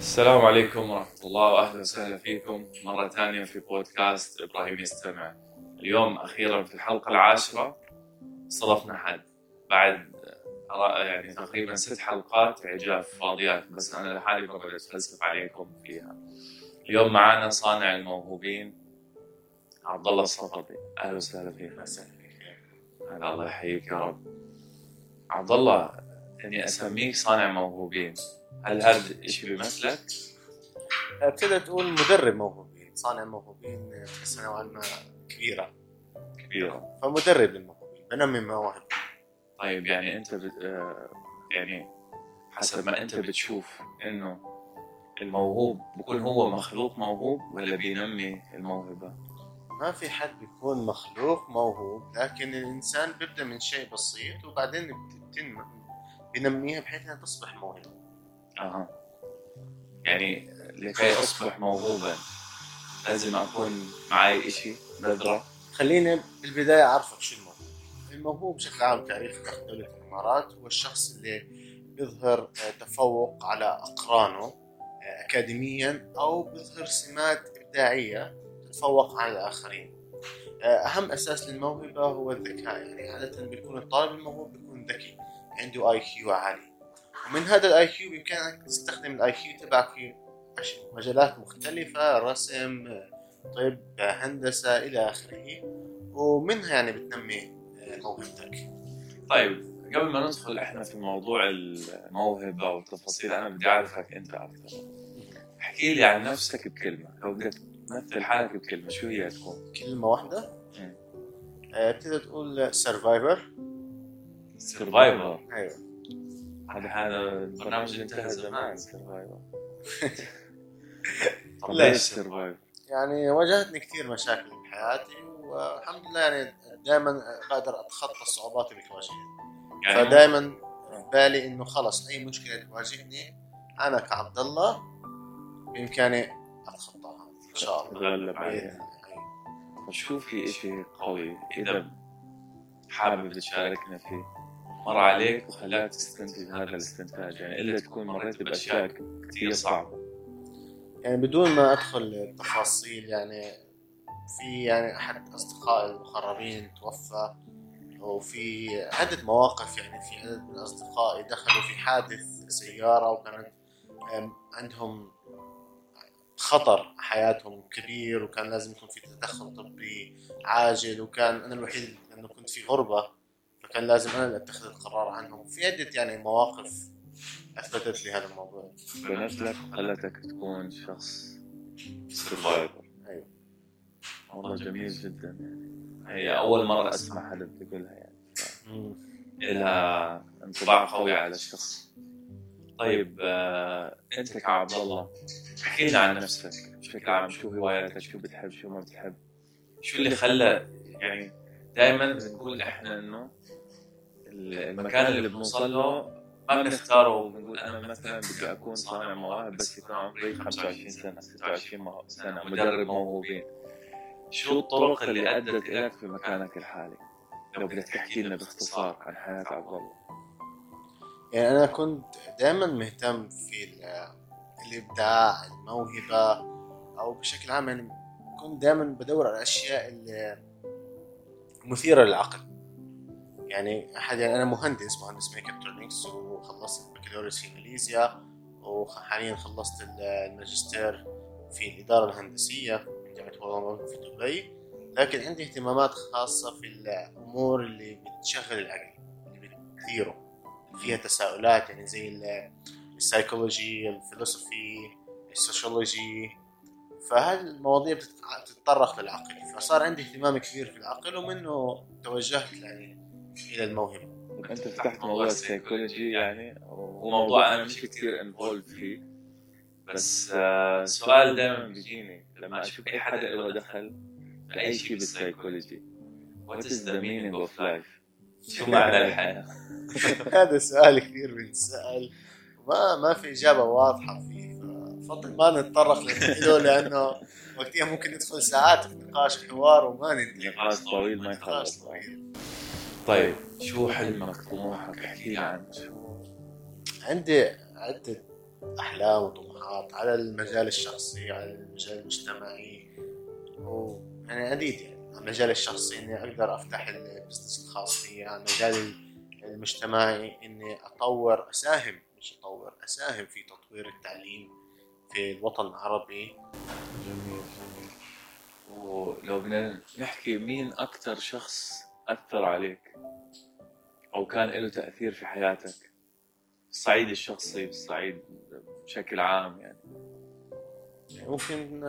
السلام عليكم ورحمة الله وأهلا وسهلا فيكم مرة ثانية في بودكاست إبراهيم يستمع. اليوم أخيرا في الحلقة 10 صرفنا حد بعد يعني تقريبا 6 حلقات عجاف فاضيات، بس أنا لحالي بقعد أتفلسف عليكم فيها. اليوم معنا صانع الموهوبين عبد الله الصفدي. أهلا وسهلا فيك. الله يحييك يا رب. عبد الله، إني أسميك صانع موهوبين، هل هذا الشيء بيمثلك؟ تقدر تقول مدرب موهوبين. صانع موهوبين تحس نوعا ما كبيرة، فمدرب للموهوبين بنمي مواهب. طيب يعني أنت يعني حسب ما أنت بتشوف إنه الموهوب بيكون هو مخلوق موهوب ولا بينمي الموهبة؟ ما في حد بيكون مخلوق موهوب، لكن الإنسان بيبدأ من شيء بسيط وبعدين بينميها بحيث أنها تصبح موهبة. يعني لكي أصبح موهوبا لازم أكون معي إشي بذرة. خلينا بالبداية أعرفك شو الموهوب. الموهوب بشكل عام تعريف داخل دولة الإمارات هو الشخص اللي بيظهر تفوق على أقرانه أكاديميا، أو بيظهر سمات إبداعية تتفوق على الآخرين. أهم أساس للموهبة هو الذكاء، يعني عادة بيكون الطالب الموهوب بيكون ذكي، عنده IQ عالي، ومن هذا الIQ بإمكانك تستخدم الIQ تبعك في مجالات مختلفة، رسم، طب، هندسة إلى آخره، ومنها يعني بتنمي موهبتك. طيب قبل ما ندخل إحنا في موضوع الموهبة والتفاصيل، أنا بدي أعرفك أنت أكثر. احكي لي عن نفسك بكلمة، لو بدك تمثل حالك بكلمة شو هي تكون؟ كلمة واحدة؟ تقدر تقول survivor. أيوة. هذا البرنامج انتهى زمان. سرفايفر. ليش سرفايفر؟ يعني واجهتني كثير مشاكل بحياتي، والحمد لله يعني دائما بقدر اتخطى الصعوبات اللي تواجهني. يعني فدائما في بالي انه خلص اي مشكله تواجهني انا كعبد الله بامكاني اتخطاها ان شاء الله. تغلب عليها. شو في اشي قوي اذا حابب تشاركنا فيه مر عليك وخلاك تستنتج هذا الاستنتاج، يعني إلا تكون مريت بأشياء كتير صعبة؟ يعني بدون ما أدخل التفاصيل، يعني في يعني أحد أصدقائي المقربين توفى، وفي عدة مواقف، يعني في عدد من أصدقائي دخلوا في حادث سيارة وكانت عندهم خطر حياتهم كبير، وكان لازم يكون في تدخل طبي عاجل، وكان أنا الوحيد لأنه كنت في غربة، فكان لازم أنا اللي أتخذ القرار عنهم. في عدة يعني مواقف أثبتت لي هذا الموضوع. بنت لك خلتك تكون شخص سرفايفر. أيوة. والله جميل جدا. هي أول مرة أسمع حدا بيقولها، يعني إلها انطباع قوي على الشخص. طيب أنت كعبد الله احكي لنا عن نفسك بشكل عام. شو هواياتك؟ شو بتحب؟ شو ما بتحب؟ شو اللي خلى يعني دائما بنقول إحنا إنه المكان اللي بنوصل له ما بنختاره وبنقول أنا مثلا بدي أكون صانع مواهب بس يكون عمري 25 سنة 26 سنة مدرب موهوبين. شو الطرق اللي أدت إليك في مكانك الحالي؟ لو بدك تحكي لنا باختصار عن حياة عبد الله. يعني أنا كنت دائما مهتم في الإبداع، الموهبة، أو بشكل عام يعني كنت دائما بدور على الأشياء المثيرة للعقل. يعني أنا مهندس ميكاترونكس، وخلصت البكالوريوس في ماليزيا، وحاليا خلصت الماجستير في الإدارة الهندسية من جامعة والله في دبي. لكن عندي اهتمامات خاصة في الأمور اللي بتشغل العقل، اللي بتثيره، فيها تساؤلات، يعني زي السايكولوجي، الفلسفي، السوشيولوجي. فهذه المواضيع بتتطرق للعقل، فصار عندي اهتمام كبير في العقل، ومنه توجهت يعني إلى الموهبة. أنت فتحت موضوع السايكولوجي، يعني هو موضوع أنا مش كتير انفولد فيه، بس سؤال دائما بيجيني لما أشوف أي حدا له دخل بأي شيء بالسايكولوجي: What is the meaning of life؟ شو معنى الحياة؟ هذا سؤال كثير بنسأل، ما في إجابة واضحة فيه، فضل ما نتطرق له لأنه وقتها ممكن ندخل ساعات في نقاش حوار وما ننتهي. نقاش طويل ما يخلص. طيب شو حلمك طموحك؟ احكي لي عنه. عندي عدة أحلام وطموحات على المجال الشخصي، على المجال المجتمعي، ويعني عديد. يعني على المجال الشخصي إني أقدر أفتح البزنس الخاص فيي، على المجال المجتمعي إني أساهم في تطوير التعليم في الوطن العربي. جميل. ولو بدنا نحكي مين أكتر شخص أثر عليك أو كان له تأثير في حياتك، الصعيد الشخصي بالصعيد بشكل عام يعني ممكن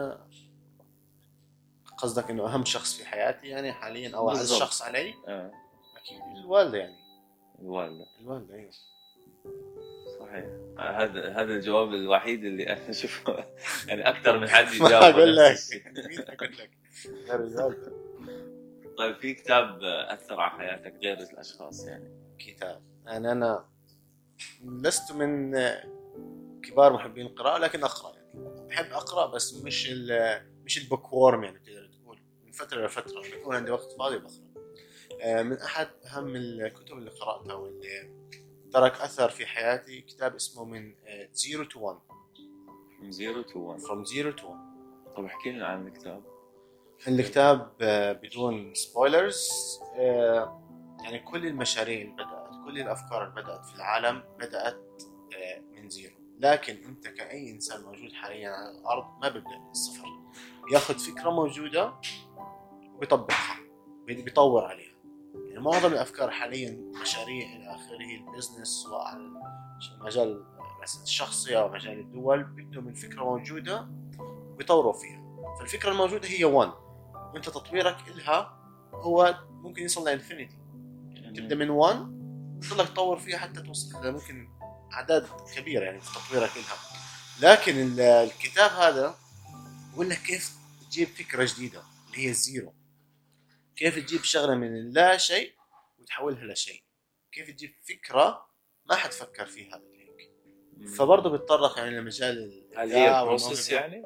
قصدك إنه أهم شخص في حياتي يعني حاليا أو أعز بالضبط. شخص علي؟ آه. أكيد الوالدة يعني. الوالدة. أيوه صحيح. هذا الجواب الوحيد اللي أنا أشوفه يعني أكثر من حد ما يجاوب أقول لك نفس الشيء. مين أقول لك غير الوالدة. طيب في كتاب أثر على حياتك غير الأشخاص يعني؟ كتاب يعني أنا لست من كبار محبين القراءة، لكن أقرأ يعني بحب أقرأ، بس مش البوك وورم يعني تقدر تقول. من فترة لفترة بيكون عندي وقت فاضي بقرأ. من أحد أهم الكتب اللي قرأتها واللي ترك أثر في حياتي كتاب اسمه من Zero to One. From Zero to One. From Zero to One. طب احكي لنا عن الكتاب. الكتاب بدون سبويلرز، يعني كل المشاريع اللي بدأت، كل الأفكار اللي بدأت في العالم بدأت من زيرو. لكن أنت كأي إنسان موجود حاليا على الأرض ما بيبدأ من الصفر، ياخد فكرة موجودة وبيطبقها، بيطور عليها. يعني معظم الأفكار حاليا مشاريع إلى آخره، البزنس سواء المجال الشخصي أو مجال الدول، بيبدأوا من فكرة موجودة وبيطوروا فيها. فالفكرة الموجودة هي 1، وانت تطويرك إلها هو ممكن يصل لإنفينيتي. تبدأ من 1 تضلك تطور فيها حتى توصل إلى ممكن أعداد كبيرة يعني في تطويرك إلها. لكن الكتاب هذا يقول لك كيف تجيب فكرة جديدة اللي هي الزيرو، كيف تجيب شغلة من اللا شيء وتحولها لشيء، كيف تجيب فكرة ما حد فكر فيها قبلك. فبرضه بيتطرق يعني لمجال هل هي بروسيس يعني؟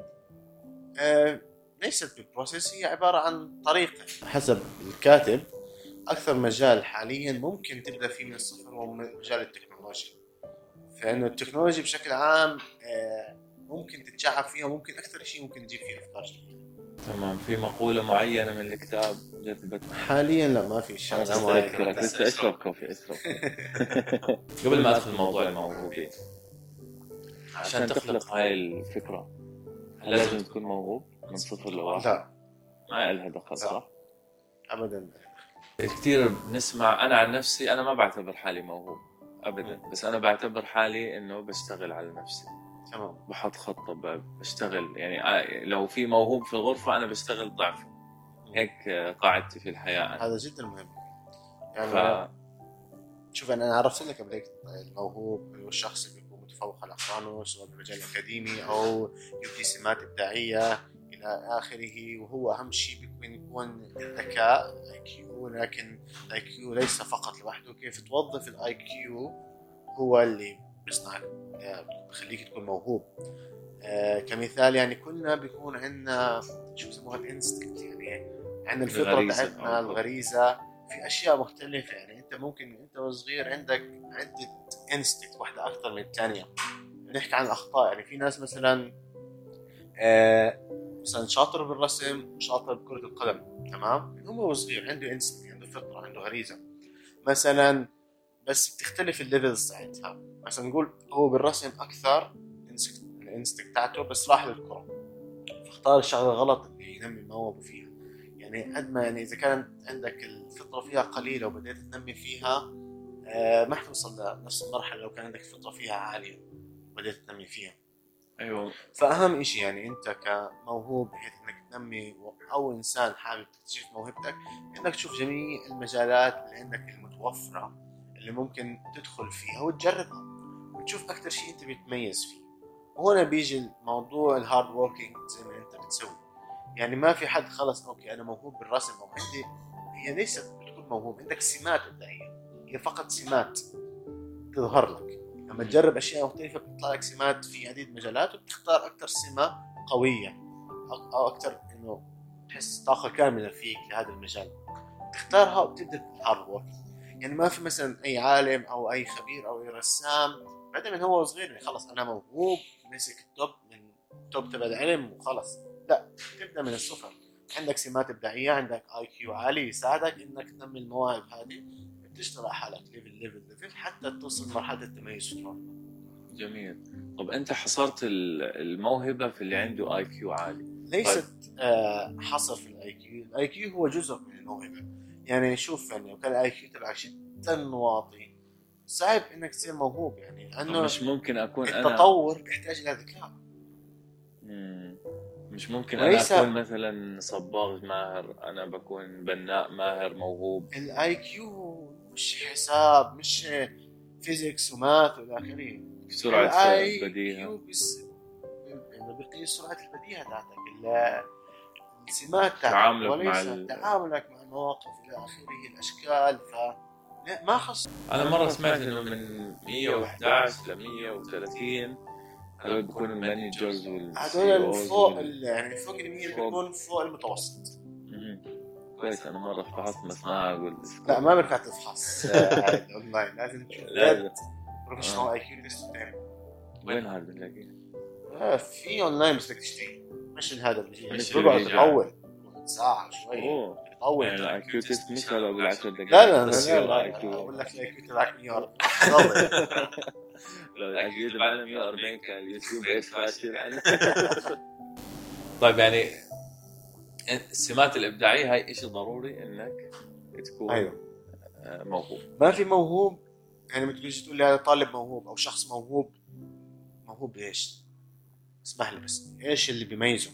ليست بالبروسيس، هي عبارة عن طريقة حسب الكاتب. أكثر مجال حاليا ممكن تبدأ فيه من الصفر هو مجال التكنولوجيا، فإنه التكنولوجيا بشكل عام ممكن تتشعب فيها، ممكن أكثر شيء ممكن تجيب فيه أفكار جديدة. تمام. في مقولة معينة من الكتاب جذبت حاليا لا، ما في شيء. لسه اشرب كوفي قبل ما أدخل موضوع الموهوبين، عشان تخلق هاي الفكرة هل لازم تكون موهوب من صفر لواحد؟ لا، ما إلها دخل صح؟ أبدا. كثير بنسمع، أنا عن نفسي أنا ما بعتبر حالي موهوب أبدا، بس أنا بعتبر حالي إنه بشتغل على نفسي. تمام. بحط خطة، بشتغل يعني لو في موهوب في الغرفة أنا بشتغل ضعفه. هيك قاعدتي في الحياة أنا. هذا جدا مهم يعني. شوف أنا عرفت لك قبل الموهوب هو الشخص اللي بيكون متفوق على أقرانه سواء بالمجال الأكاديمي أو يبدي سمات إبداعية إلى آخره. وهو أهم شيء يكون الذكاء IQ، لكن IQ ليس فقط لوحده، كيف توظف IQ هو اللي بيصنعك، بخليك تكون موهوب. كمثال يعني كلنا بيكون عندنا شو بسموها الانستنكت، يعني عندنا الفطرة بتاعتنا الغريزة في أشياء مختلفة. يعني أنت ممكن أنت وصغير عندك عدة انستنكت واحدة أكثر من الثانية. نحكي عن الأخطاء، يعني في ناس مثلا مثلا شاطر بالرسم وشاطر بكرة القدم، تمام، هو وصغير عنده انستنكت، عنده فطرة، عنده غريزة مثلا، بس بتختلف الليفلز ساعتها. مثلا نقول هو بالرسم أكثر الانستنكت تاعته، بس راح للكرة فاختار الشغلة الغلط اللي ينمي موهبه فيها. يعني قد ما يعني إذا كانت عندك الفطرة فيها قليلة وبدأت تنمي فيها ما حتوصل لنفس المرحلة لو كان عندك الفطرة فيها عالية وبدأت تنمي فيها. أيوة. فأهم إشي يعني أنت كموهوب بحيث إنك تنمي أو إنسان حابب تكتشف موهبتك، إنك تشوف جميع المجالات اللي عندك المتوفرة اللي ممكن تدخل فيها وتجربها وتشوف أكتر شيء أنت بتميز فيه. وهنا بيجي الموضوع الهارد ووركينج زي ما أنت بتسوي. يعني ما في حد خلص أوكي أنا موهوب بالرسم أو عندي، هي ليست بتكون موهوب، عندك سمات إبداعية، هي فقط سمات تظهر لك. لما تجرب أشياء مختلفة بتطلع لك سمات في عديد مجالات، وبتختار أكتر سمة قوية أو أكتر إنه تحس طاقة كاملة فيك لهذا المجال، تختارها وتبدأ الهارد وورك. يعني ما في مثلا أي عالم أو أي خبير أو أي رسام بدا من هو صغير يعني خلص انا موهوب مسك التوب من توب تبع العلم وخلص، لا تبدا من الصفر. عندك سمات ابداعيه، عندك اي كيو عالي يساعدك انك تنمي المواهب هذه، بتشتغل على حالك ليفل حتى توصل لمرحله التميز في الموضوع. جميل. طب انت حصرت الموهبه في اللي عنده اي كيو عالي. ليست حصر في الاي كيو هو جزء من الموهبه. يعني شوف يعني لو كان الاي كيو تبعك جدا واطي صعب انك تصير موهوب، يعني طب انه مش ممكن اكون انا التطور بيحتاج الى ذكاء. مش ممكن انا وليس اكون مثلا صباغ ماهر، انا بكون بناء ماهر موهوب. الاي كيو مش حساب، مش فيزيكس وماث والى اخره. سرعه الاي بديهه. كيو بس يعني بقيس سرعه البديهه تاعتك، السمات تاعتك، تعاملك مع وليس تعاملك مع المواقف الى اخره، الاشكال. لا ما خص. انا مره سمعت انه من 111 ل 130 هذول بيكونوا المانجرز هذول والسي فوق يعني فوق ال 100 بيكون فوق المتوسط. كويس. انا مره فحصت بس ما اقول. لا ما بينفع تفحص اونلاين، لازم تشوف بروفيشنال اي كيو تيست. وين هذا بنلاقيه؟ في اونلاين بس بدك تشتري، مش هذا اللي مش بيقعد اللي يطول ساعه شوي يطول. يعني الاي كيو تيست مش هذا ابو 10 دقائق. لا بس لا يلا لا, اي لا. كيو. اقول لك الاي كيو تبعك 140. لو الاي كيو تبعنا 140 كان اليوتيوب ايش فاشل يعني. طيب يعني السمات الابداعيه هاي شيء ضروري انك تكون أيوه. موهوب. ما في موهوب يعني ما تجيش تقول لي هذا طالب موهوب او شخص موهوب. موهوب ايش؟ اسمح لي بس ايش اللي بيميزه؟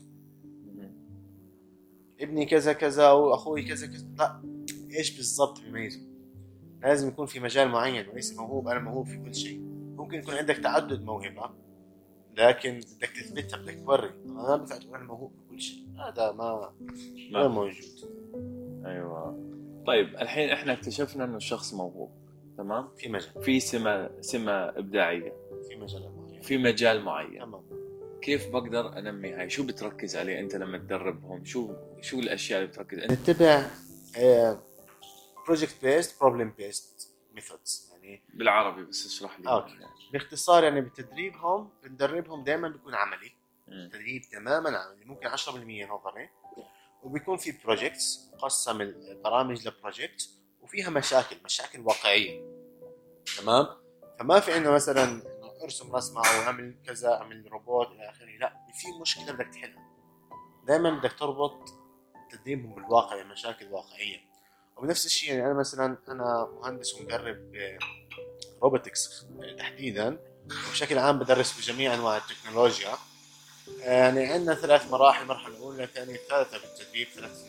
ابني كذا كذا واخوي كذا كذا، لا ايش بالضبط بيميزه؟ لازم يكون في مجال معين، وليس موهوب انا موهوب في كل شيء. ممكن يكون عندك تعدد موهبه لكن بدك تثبتها، بدك توري انا ما بنفع تقول انا موهوب في كل شيء، هذا ما موجود. ايوه. طيب الحين احنا اكتشفنا انه الشخص موهوب، تمام؟ في مجال، في سمة ابداعيه في مجال معين. تمام. كيف بقدر انمي هاي؟ شو بتركز عليه انت لما تدربهم؟ شو الاشياء اللي بتركز انت؟ نتبع project based problem based methods. يعني بالعربي بس اشرح لي. اوكي باختصار يعني بتدريبهم بندربهم دائما بيكون عملي. تدريب تماما عملي، ممكن 10% نظري، وبيكون في بروجكتس مقسم البرامج لبروجكت وفيها مشاكل واقعيه. تمام. فما في انه مثلا ارسم رسمه او اعمل كذا اعمل روبوت الى اخره، لا في مشكله بدك تحلها. دائما بدك تربط تدريبهم بالواقع، مشاكل واقعيه. وبنفس الشيء يعني انا مهندس ومدرب روبوتكس تحديدا، وبشكل عام بدرس بجميع انواع التكنولوجيا. يعني عندنا 3 مراحل، مرحله اولى ثانيه ثالثه بالتدريب،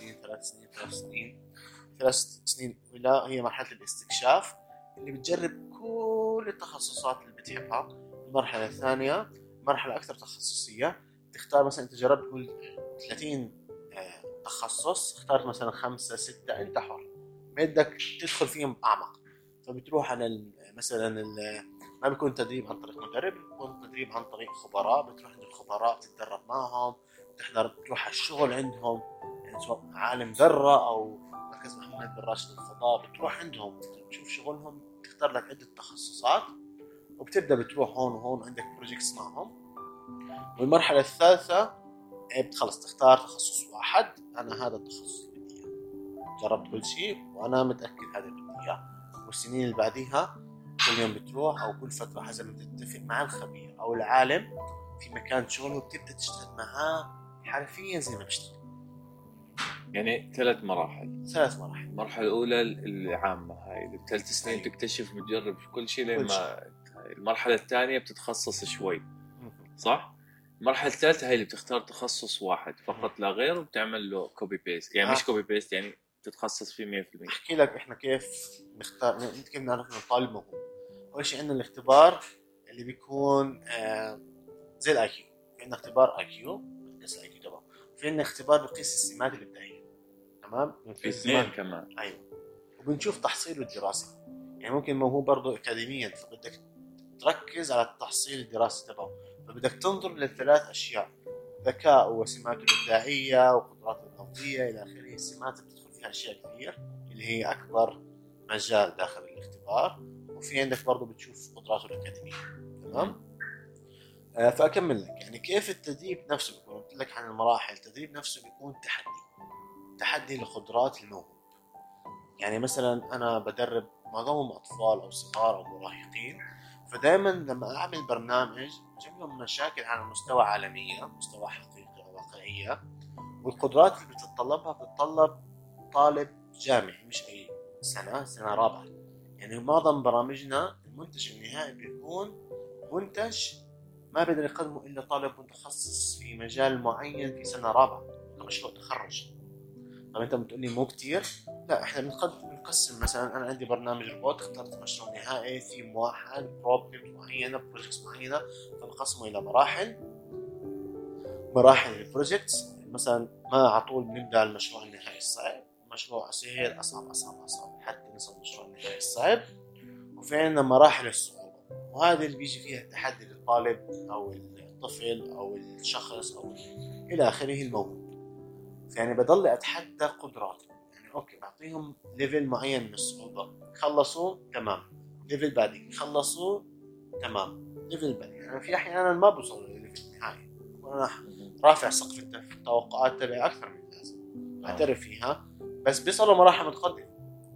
3 سنين ولا هي مرحله الاستكشاف اللي بتجرب كل التخصصات اللي بتحبها. المرحله الثانيه مرحله اكثر تخصصيه، تختار مثلا انت جربت كل 30 تخصص، اختارت مثلا 5 6 انت حر، بدك تدخل فيهم اعمق. فبتروح على مثلا ما بيكون تدريب عن طريق مدرب، بيكون تدريب عن طريق خبراء. بتروح عند الخبراء تتدرب معهم، بتروح على الشغل عندهم، يعني سواء عالم ذرة أو مركز محمد بن راشد للفضاء، بتروح عندهم تشوف شغلهم، تختار لك عدة تخصصات وبتبدأ بتروح هون وهون عندك بروجيكتس معهم. والمرحلة الثالثة بتخلص تختار تخصص واحد، أنا هذا التخصص اللي بدي إياه، جربت كل شيء وأنا متأكد هذا اللي بدي إياه. والسنين اللي بعديها كل يوم بتروح أو كل فترة حسب ما تتفق مع الخبير أو العالم في مكان شغله، وبتبدأ تشتغل معاه حرفيا زي ما بيشتغل. يعني 3 مراحل. 3 مراحل. المرحلة الأولى العامة هاي اللي ب3 سنين تكتشف بتجرب في كل شيء لما المرحلة الثانية بتتخصص شوي، صح؟ المرحلة الثالثة هاي اللي بتختار تخصص واحد فقط لا غير وبتعمل له كوبي بيست، يعني مش كوبي بيست، يعني تتخصص فيه 100%. احكي لك احنا كيف نختار، انت كيف نعرف انه الطالب موهوب. اول شيء عندنا الاختبار اللي بيكون زي الاي كيو. في عندنا اختبار اي كيو بس الاي كيو تبعه، في عندنا اختبار بقيس السمات الابداعيه. تمام. في 2 كمان. ايوه. وبنشوف تحصيله الدراسي، يعني ممكن موهوب برضه اكاديميا، فبدك تركز على التحصيل الدراسي تبعه، فبدك تنظر لل3 اشياء: ذكاء وسماته الابداعيه وقدراته النقديه الى اخره. السمات بتدخل فيها اشياء كثير اللي هي اكبر مجال داخل الاختبار. وفي عندك برضه بتشوف قدراته الاكاديميه. تمام. فاكمل لك يعني كيف التدريب نفسه بيكون. قلت لك عن المراحل. التدريب نفسه بيكون تحدي لقدرات الموهوب. يعني مثلا انا بدرب معظمهم اطفال او صغار او مراهقين، فدائما لما اعمل برنامج بجيب لهم مشاكل على مستوى عالميه، مستوى حقيقي او واقعيه، والقدرات اللي بتتطلب طالب جامعي، مش اي سنه رابعه. يعني معظم برامجنا المنتج النهائي بيكون منتج ما بيقدر يقدمه الا طالب متخصص في مجال معين في سنه رابعه كمشروع تخرج. طب انت بتقول لي مو كتير؟ لا، احنا بنقسم. مثلا انا عندي برنامج روبوت، اخترت مشروع نهائي، ثيم واحد، بروبلم معينه، بروجكتس معينه، فبقسمه الى مراحل البروجكتس. مثلا ما على طول بنبدا المشروع النهائي الصعب، مشروع سهل، اصعب حتى نصل المشروع النهائي الصعب. وفي عندنا مراحل الصعوبه، وهذا اللي بيجي فيها التحدي للطالب او الطفل او الشخص او الى اخره الموهوب. يعني بضل اتحدى قدراته. يعني اوكي بعطيهم ليفل معين من الصعوبه، خلصوا تمام، ليفل بعدين خلصوا تمام، ليفل بعدين. يعني في احيانا ما بوصل للليفل النهائي وانا رافع سقف التوقعات تبعي اكثر من اللازم، اعترف فيها، بس بيصلوا مراحل متقدمه.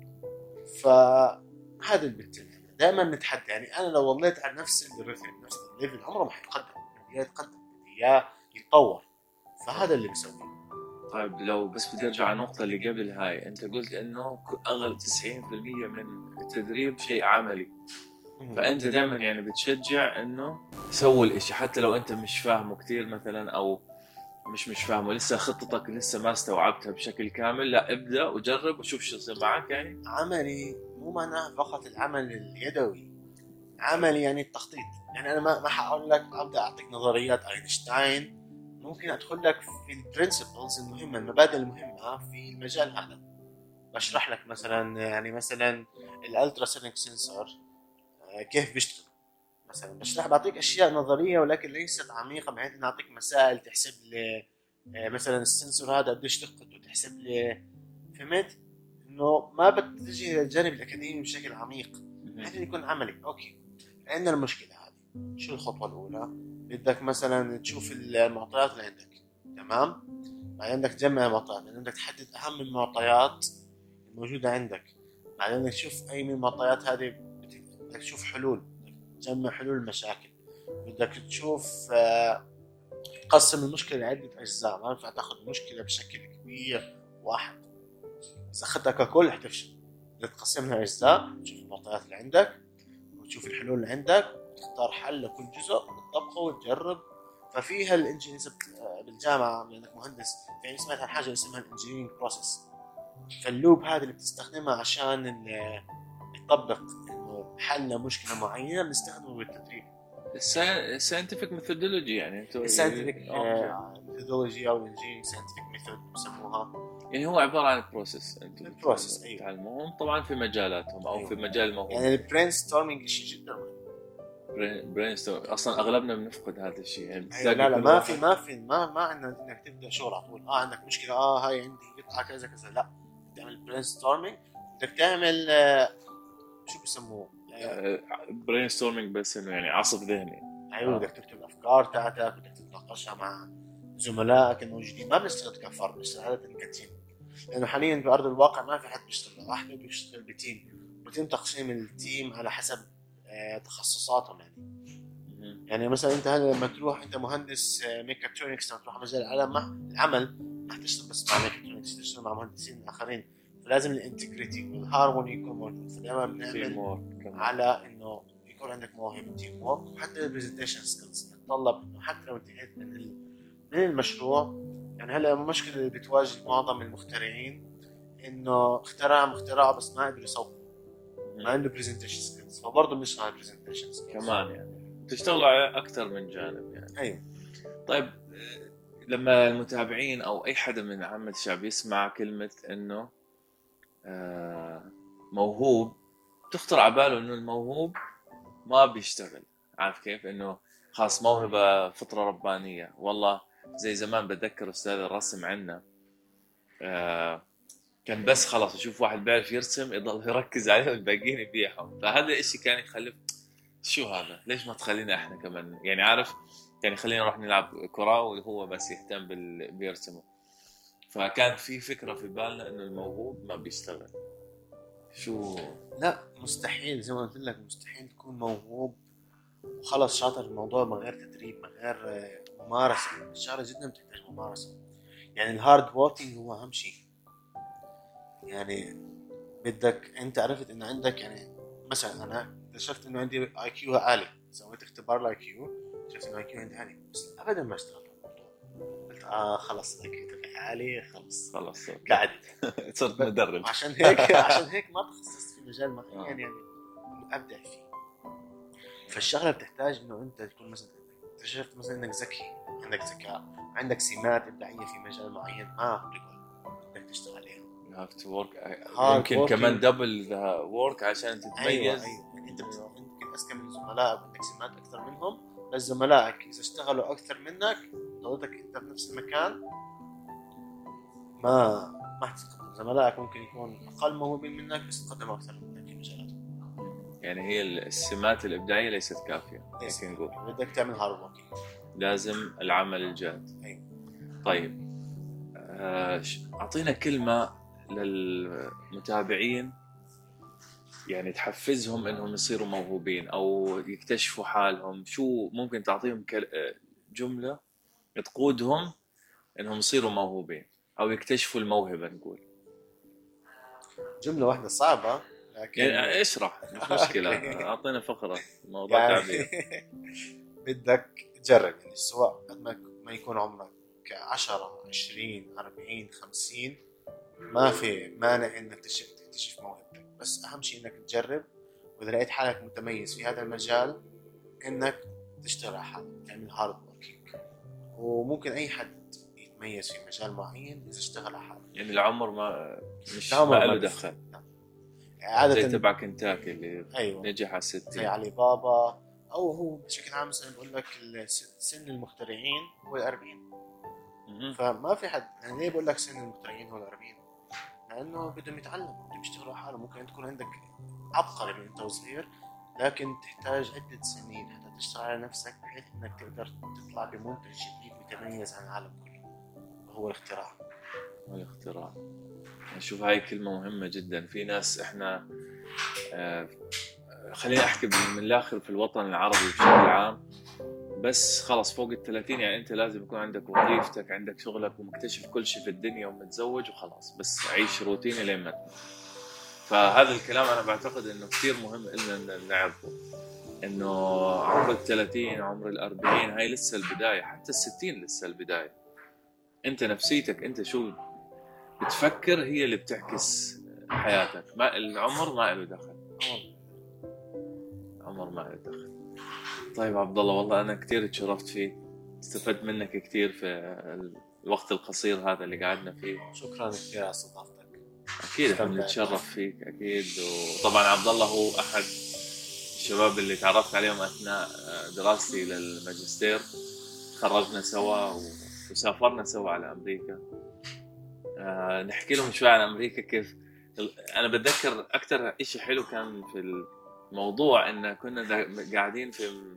فهذا اللي بتم دائما نتحدى. يعني انا لو وليت على نفس الريتم نفس الليفل عمره ما حيتقدم، بدي يتقدم، بدي يتطور. فهذا اللي بسويه. طيب لو بس بدي ارجع على النقطة اللي قبل هاي، انت قلت انه اغلب 90% من التدريب شيء عملي، فانت دائما يعني بتشجع انه سوي الاشي حتى لو انت مش فاهمه كتير مثلا، او مش فاهمه لسه، خطتك لسه ما استوعبتها بشكل كامل، لا ابدأ وجرب وشوف شو يصير معك. يعني عملي مو معناه فقط العمل اليدوي، عملي يعني التخطيط. يعني انا ما حاقول لك ابدا اعطيك نظريات اينشتاين، ممكن ادخل لك في البرنسبلز المهمه، المبادئ المهمه في المجال هذا. بشرح لك مثلا، يعني مثلا الالتراسونيك سنسور كيف بيشتغل. مثلا بعطيك اشياء نظريه ولكن ليست عميقه، بحيث اني اعطيك مسائل تحسب لي مثلا السنسور هذا قديش دقته، تحسب لي. فهمت؟ انه ما بتجي للجانب الاكاديمي بشكل عميق، بحيث يكون عملي. اوكي، عندنا المشكله هذه، شو الخطوه الاولى؟ بدك مثلا تشوف المعطيات اللي عندك، تمام؟ بعدين بدك تجمع المعطيات، بعدين بدك تحدد اهم المعطيات الموجوده عندك، بعدين بدك تشوف اي من المعطيات هذه بدك تشوف حلول، بدك تجمع حلول المشاكل، بدك تشوف تقسم المشكله لعده اجزاء. ما ينفع تاخذ المشكله بشكل كبير واحد، اذا اخذتها ككل حتفشل. بدك تقسمها اجزاء، تشوف المعطيات اللي عندك وتشوف الحلول اللي عندك، تختار حل لكل جزء وتطبقه وتجرب. ففيها الانجينيرز بالجامعه لانك مهندس، يعني سمعت عن حاجه اسمها الانجينيرنج بروسيس. فاللوب هذا اللي بتستخدمها عشان تطبق انه حل مشكله معينه بنستخدمه بالتدريب. الساينتفك ميثودولوجي، يعني انتوا الساينتفك ميثودولوجي او الانجينيرنج ساينتفك ميثود بسموها. يعني هو عباره عن بروسيس انتم البروسيس، ايوه، تعلموهم طبعا في مجالاتهم او أيوة. في مجال الموهوب. يعني البرين ستورمينج شيء جدا مهم. برين ستورم اصلا اغلبنا بنفقد هذا الشيء. يعني أيوة، لا ما عندنا انك تبدا شغل على طول. عندك مشكله، هاي عندي قطعه كذا كذا، لا، تعمل برين ستورمينج. بدك تعمل شو بسموه برين ستورمينج، بس انه يعني عصف ذهني. ايوه، بدك تكتب الافكار تاعتك، بدك تتناقشها مع زملائك الموجودين. ما بنشتغل كفرد، بنشتغل عاده كتيم، لانه حاليا في ارض الواقع ما في حد بيشتغل لوحده، بيشتغل بتيم، ويتم تقسيم التيم على حسب تخصصاتهم. يعني مثلا انت هلا لما تروح انت مهندس ميكاترونكس، لما تروح مجال العمل ما تشتغل بس مع ميكاترونكس، تشتغل مع مهندسين اخرين. فلازم الانتجريتي والهارموني يكون موجود. فدائما بنعمل على انه يكون عندك موهبه تيم وورك. وحتى البرزنتيشن سكيلز تتطلب انه حتى لو انتهيت من المشروع. يعني هلا المشكله اللي بتواجه معظم المخترعين انه اخترعه بس ما قدر يسوق، ما عنده برزنتيشن سكيلز. فبرضه بنشتغل على البرزنتيشن سكيلز كمان، يعني تشتغلوا على اكثر من جانب يعني. ايوه. طيب لما المتابعين او اي حدا من عامة الشعب يسمع كلمة انه موهوب، تخطر على باله انه الموهوب ما بيشتغل. عارف كيف؟ انه خاص موهبة فطرة ربانية. والله زي زمان بتذكر استاذ الرسم عندنا كان بس خلاص يشوف واحد بيعرف يرسم يضل يركز عليه والباقيين يبيعهم. فهذا الاشي كان يخلف شو هذا؟ ليش ما تخلينا احنا كمان يعني عارف، يعني خلينا نروح نلعب كرة وهو بس يهتم بيرسمه. فكان في فكرة في بالنا انه الموهوب ما بيشتغل. شو؟ لا مستحيل، زي ما قلت لك مستحيل تكون موهوب وخلص شاطر الموضوع من غير تدريب، من غير ممارسة. الشغلة جدا بتحتاج ممارسة. يعني الهارد ووركينج هو أهم شيء. يعني بدك أنت عرفت إنه عندك، يعني مثلا أنا اكتشفت إنه عندي اي كيو عالي، سويت اختبار الاي كيو، اكتشفت إنه اي كيو عندي عالي، بس أبدا ما اشتغلت على الموضوع. قلت خلص الاي كيو تبعي عالي، خلص قاعد. صرت مدرب. عشان هيك ما تخصصت في مجال معين يعني إنه أبدع فيه. فالشغله بتحتاج انه انت تكون مثلا اكتشفت مثلا انك ذكي، عندك ذكاء، عندك سمات ابداعيه في مجال معين، ما بدك تشتغل عليها. you have to work. Hard يمكن working. كمان دبل ذا work عشان تتميز. ايوه انت يمكن اذكى من زملائك وعندك سمات اكثر منهم، بس زملائك اذا اشتغلوا اكثر منك ضلتك انت في نفس المكان ما حتتقدم. زملائك ممكن يكون اقل موهوبين منك بس تقدموا اكثر منك في مجالاتهم. يعني هي السمات الإبداعية ليست كافية، هيك نقول. بدك تعمل هارد ووركينج، لازم العمل الجاد. ايوه. طيب أعطينا كلمة للمتابعين يعني تحفزهم إنهم يصيروا موهوبين أو يكتشفوا حالهم. شو ممكن تعطيهم جملة تقودهم إنهم يصيروا موهوبين أو يكتشفوا الموهبة نقول. جمله واحده صعبه لكن يعني اشرح، مش مشكلة. أعطينا فقرة موضوع يعني تعبير. بدك تجرب، يعني سواء قد ما يكون عمرك 10 20 40 50، ما في مانع انك تكتشف موهبتك، بس اهم شيء انك تجرب. واذا لقيت حالك متميز في هذا المجال انك تشتغل على حالك، تعمل هارد ووركينج. وممكن اي حد يتميز في مجال معين اذا اشتغل على حاله. يعني العمر مش العمر ما ما له بيفرق. دخل. نعم. عادة زي تبع كنتاكي اللي أيوة. نجح على زي 60. علي بابا، او هو بشكل عام مثلا بقول لك سن المخترعين هو 40. فما في حد، يعني ليه بقول لك سن المخترعين هو 40؟ لانه بدهم يتعلموا، بدهم يشتغلوا على حالهم. ممكن تكون عندك عبقري من انت وصغير، لكن تحتاج عدة سنين حتى تشتغل على نفسك بحيث انك تقدر تطلع بمنتج جديد متميز عن العالم كله، وهو الاختراع. الاختراع. نشوف هاي كلمة مهمة جدا. في ناس احنا خليني احكي من الاخر في الوطن العربي بشكل عام، بس خلص فوق ال30 يعني انت لازم يكون عندك وظيفتك، عندك شغلك ومكتشف كل شيء في الدنيا ومتزوج وخلاص، بس عيش روتيني لين ما تموت. فهذا الكلام انا بعتقد انه كثير مهم إلنا نعرفه، انه عمر ال30 عمر ال40 هاي لسه البداية، حتى ال60 لسه البداية. انت نفسيتك انت شو بتفكر هي اللي بتعكس حياتك. ما العمر ما له دخل. عمر ما له دخل. طيب عبد الله، والله انا كثير تشرفت فيك، استفدت منك كثير في الوقت القصير هذا اللي قعدنا فيه. شكرا كثير على استضافتك. اكيد احنا بنتشرف فيك اكيد. وطبعا عبد الله هو احد الشباب اللي تعرفت عليهم اثناء دراستي للماجستير. تخرجنا سوا وسافرنا سوا على امريكا. نحكي لهم شوي عن امريكا كيف. انا بتذكر اكثر شيء حلو كان في الموضوع ان كنا قاعدين في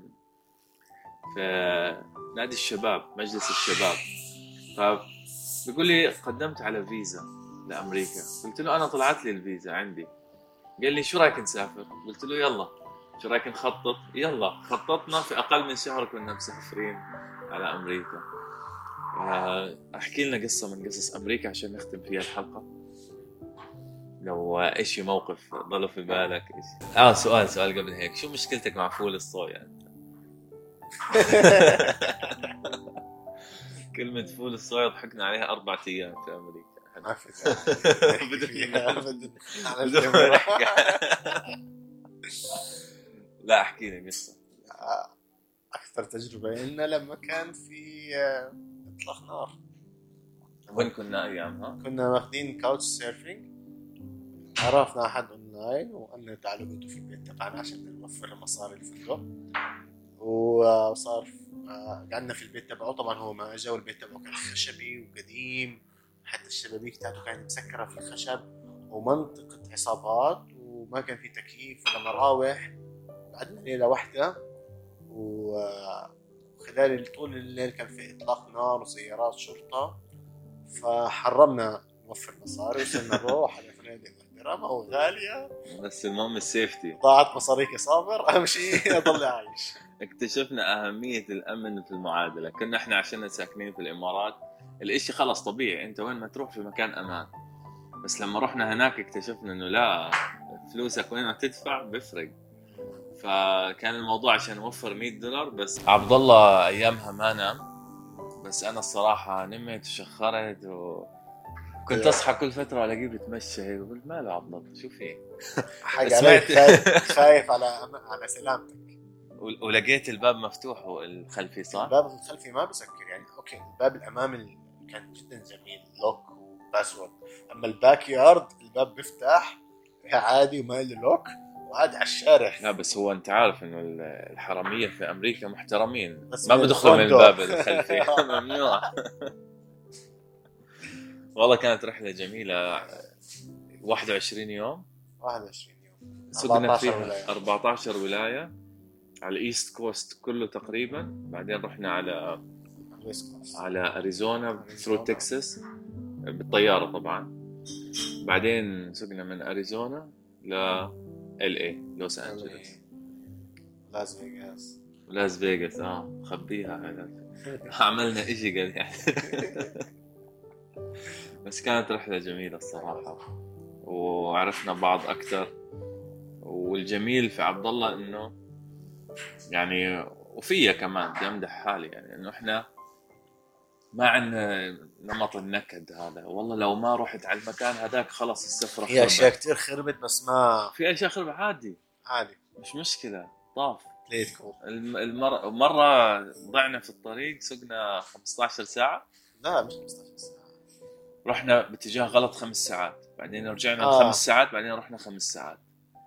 نادي الشباب، مجلس الشباب. فبيقول لي قدمت على فيزا لامريكا. قلت له انا طلعت لي الفيزا عندي. قال لي شو رايك نسافر؟ قلت له يلا. شو رايك نخطط؟ يلا. خططنا في اقل من شهر كنا مسافرين على امريكا. احكي لنا قصه من قصص امريكا عشان نختم فيها الحلقه. لو ايش موقف ضلوا في بالك ايش؟ سؤال قبل هيك، شو مشكلتك مع فول الصويا؟ كلمة فول الصويا ضحكنا عليها 4 أيام في أمريكا. ما في بدون نحكي. لا احكي لي قصة. أكثر تجربة لنا لما كان في إطلاق نار. وين كنا أيامها؟ كنا واخدين كاوتش سيرفينج. عرفنا أحد أونلاين وقالنا تعالوا اقعدوا في البيت تبعنا عشان نوفر مصاري الفندق. وصار قعدنا في البيت تبعه. طبعا هو ما اجى والبيت تبعه كان خشبي وقديم، حتى الشبابيك تاعته كانت مسكرة في الخشب، ومنطقة عصابات، وما كان في تكييف ولا مراوح. قعدنا ليلة واحدة، وخلال طول الليل كان في إطلاق نار وسيارات شرطة، فحرمنا نوفر مصاري. وصلنا نروح على فنادق محترمة وغالية، بس المهم السيفتي. ضاعت مصاريك يا صابر، أهم شيء أضل عايش. اكتشفنا أهمية الأمن في المعادلة. كنا إحنا عشان ساكنين في الإمارات الإشي خلص طبيعي، أنت وين ما تروح في مكان أمان. بس لما رحنا هناك اكتشفنا إنه لا، فلوسك وين ما تدفع بيفرق. فكان الموضوع عشان نوفر $100 بس. عبد الله أيامها ما نام، بس أنا الصراحة نمت وشخرت كنت اصحى كل فتره الاقيه بيتمشى هيك، قلت ماله عبد الله شو في حق عليك، خايف على سلامتك. ولقيت الباب مفتوح والخلفي صح؟ الباب الخلفي ما بسكر يعني، اوكي الباب الامامي كان جدا جميل، لوك وباسورد. اما الباك يارد الباب بيفتح عادي وما له لوك وعادي على الشارع. لا بس هو انت عارف انه الحراميه في امريكا محترمين، بس ما بدخلوا من الباب الخلفي ممنوع. والله كانت رحله جميله، 21 يوم 21 يوم سقنا فيها 14 ولايه على الايست كوست كله تقريبا. بعدين رحنا على اريزونا ثرو تكساس بالطياره طبعا. بعدين سقنا من اريزونا ل LA لوس انجلوس، لاس فيغاس خبيها هذا. عملنا اشي قال يعني. بس كانت رحلة جميلة الصراحة، وعرفنا بعض أكثر. والجميل في عبد الله إنه يعني، وفيا كمان بدي أمدح حالي يعني، إنه إحنا ما عندنا نمط النكد هذا. والله لو ما رحت على المكان هذاك خلص السفرة خربت. في أشياء كتير خربت، بس ما في أشياء خربت عادي مش مشكلة، طاف. مرة ضعنا في الطريق، سقنا 15 ساعة. لا مش 15 ساعة، رحنا باتجاه غلط 5 ساعات، بعدين رجعنا 5 ساعات، بعدين رحنا 5 ساعات.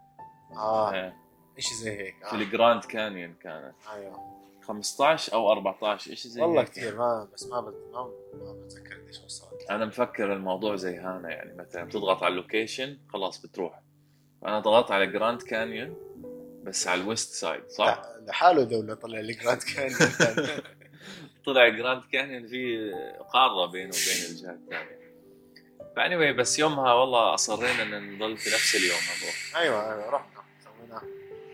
إشي زي هيك. في الجراند كانيون كانت. أيوة 15 أو 14 إشي زي والله هيك. كتير، بس ما بتذكر قديش وصلت. أنا مفكر الموضوع زي هانا يعني، مثلا بتضغط على اللوكيشن خلاص بتروح. فأنا ضغطت على جراند كانيون بس على الويست سايد صح؟ لا لحاله دولة طلع لي جراند كانيون. طلع جراند كانيون في قارة بينه وبين الجهة الثانية. فاني بس يومها والله أصرينا أن نضل في نفس اليوم هذا. أيوة رحنا سويناه.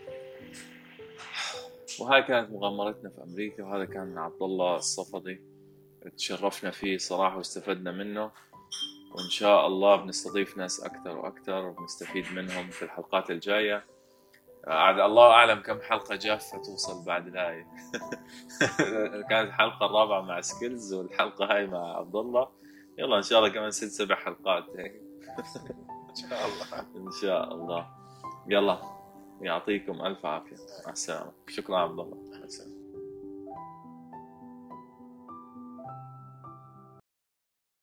وهاي كانت مغامرتنا في أمريكا، وهذا كان عبد الله الصفدي. تشرفنا فيه صراحة واستفدنا منه، وإن شاء الله بنستضيف ناس أكثر وأكثر وبنستفيد منهم في الحلقات الجاية. الله أعلم كم حلقة جافة توصل بعد هاي. كانت الحلقة الرابعة مع سكيلز، والحلقة هاي مع عبد الله. يلا إن شاء الله كمان 6-7 حلقات هيك. إن شاء الله. يلا يعطيكم ألف عافية، مع السلامة. شكرا عبد الله.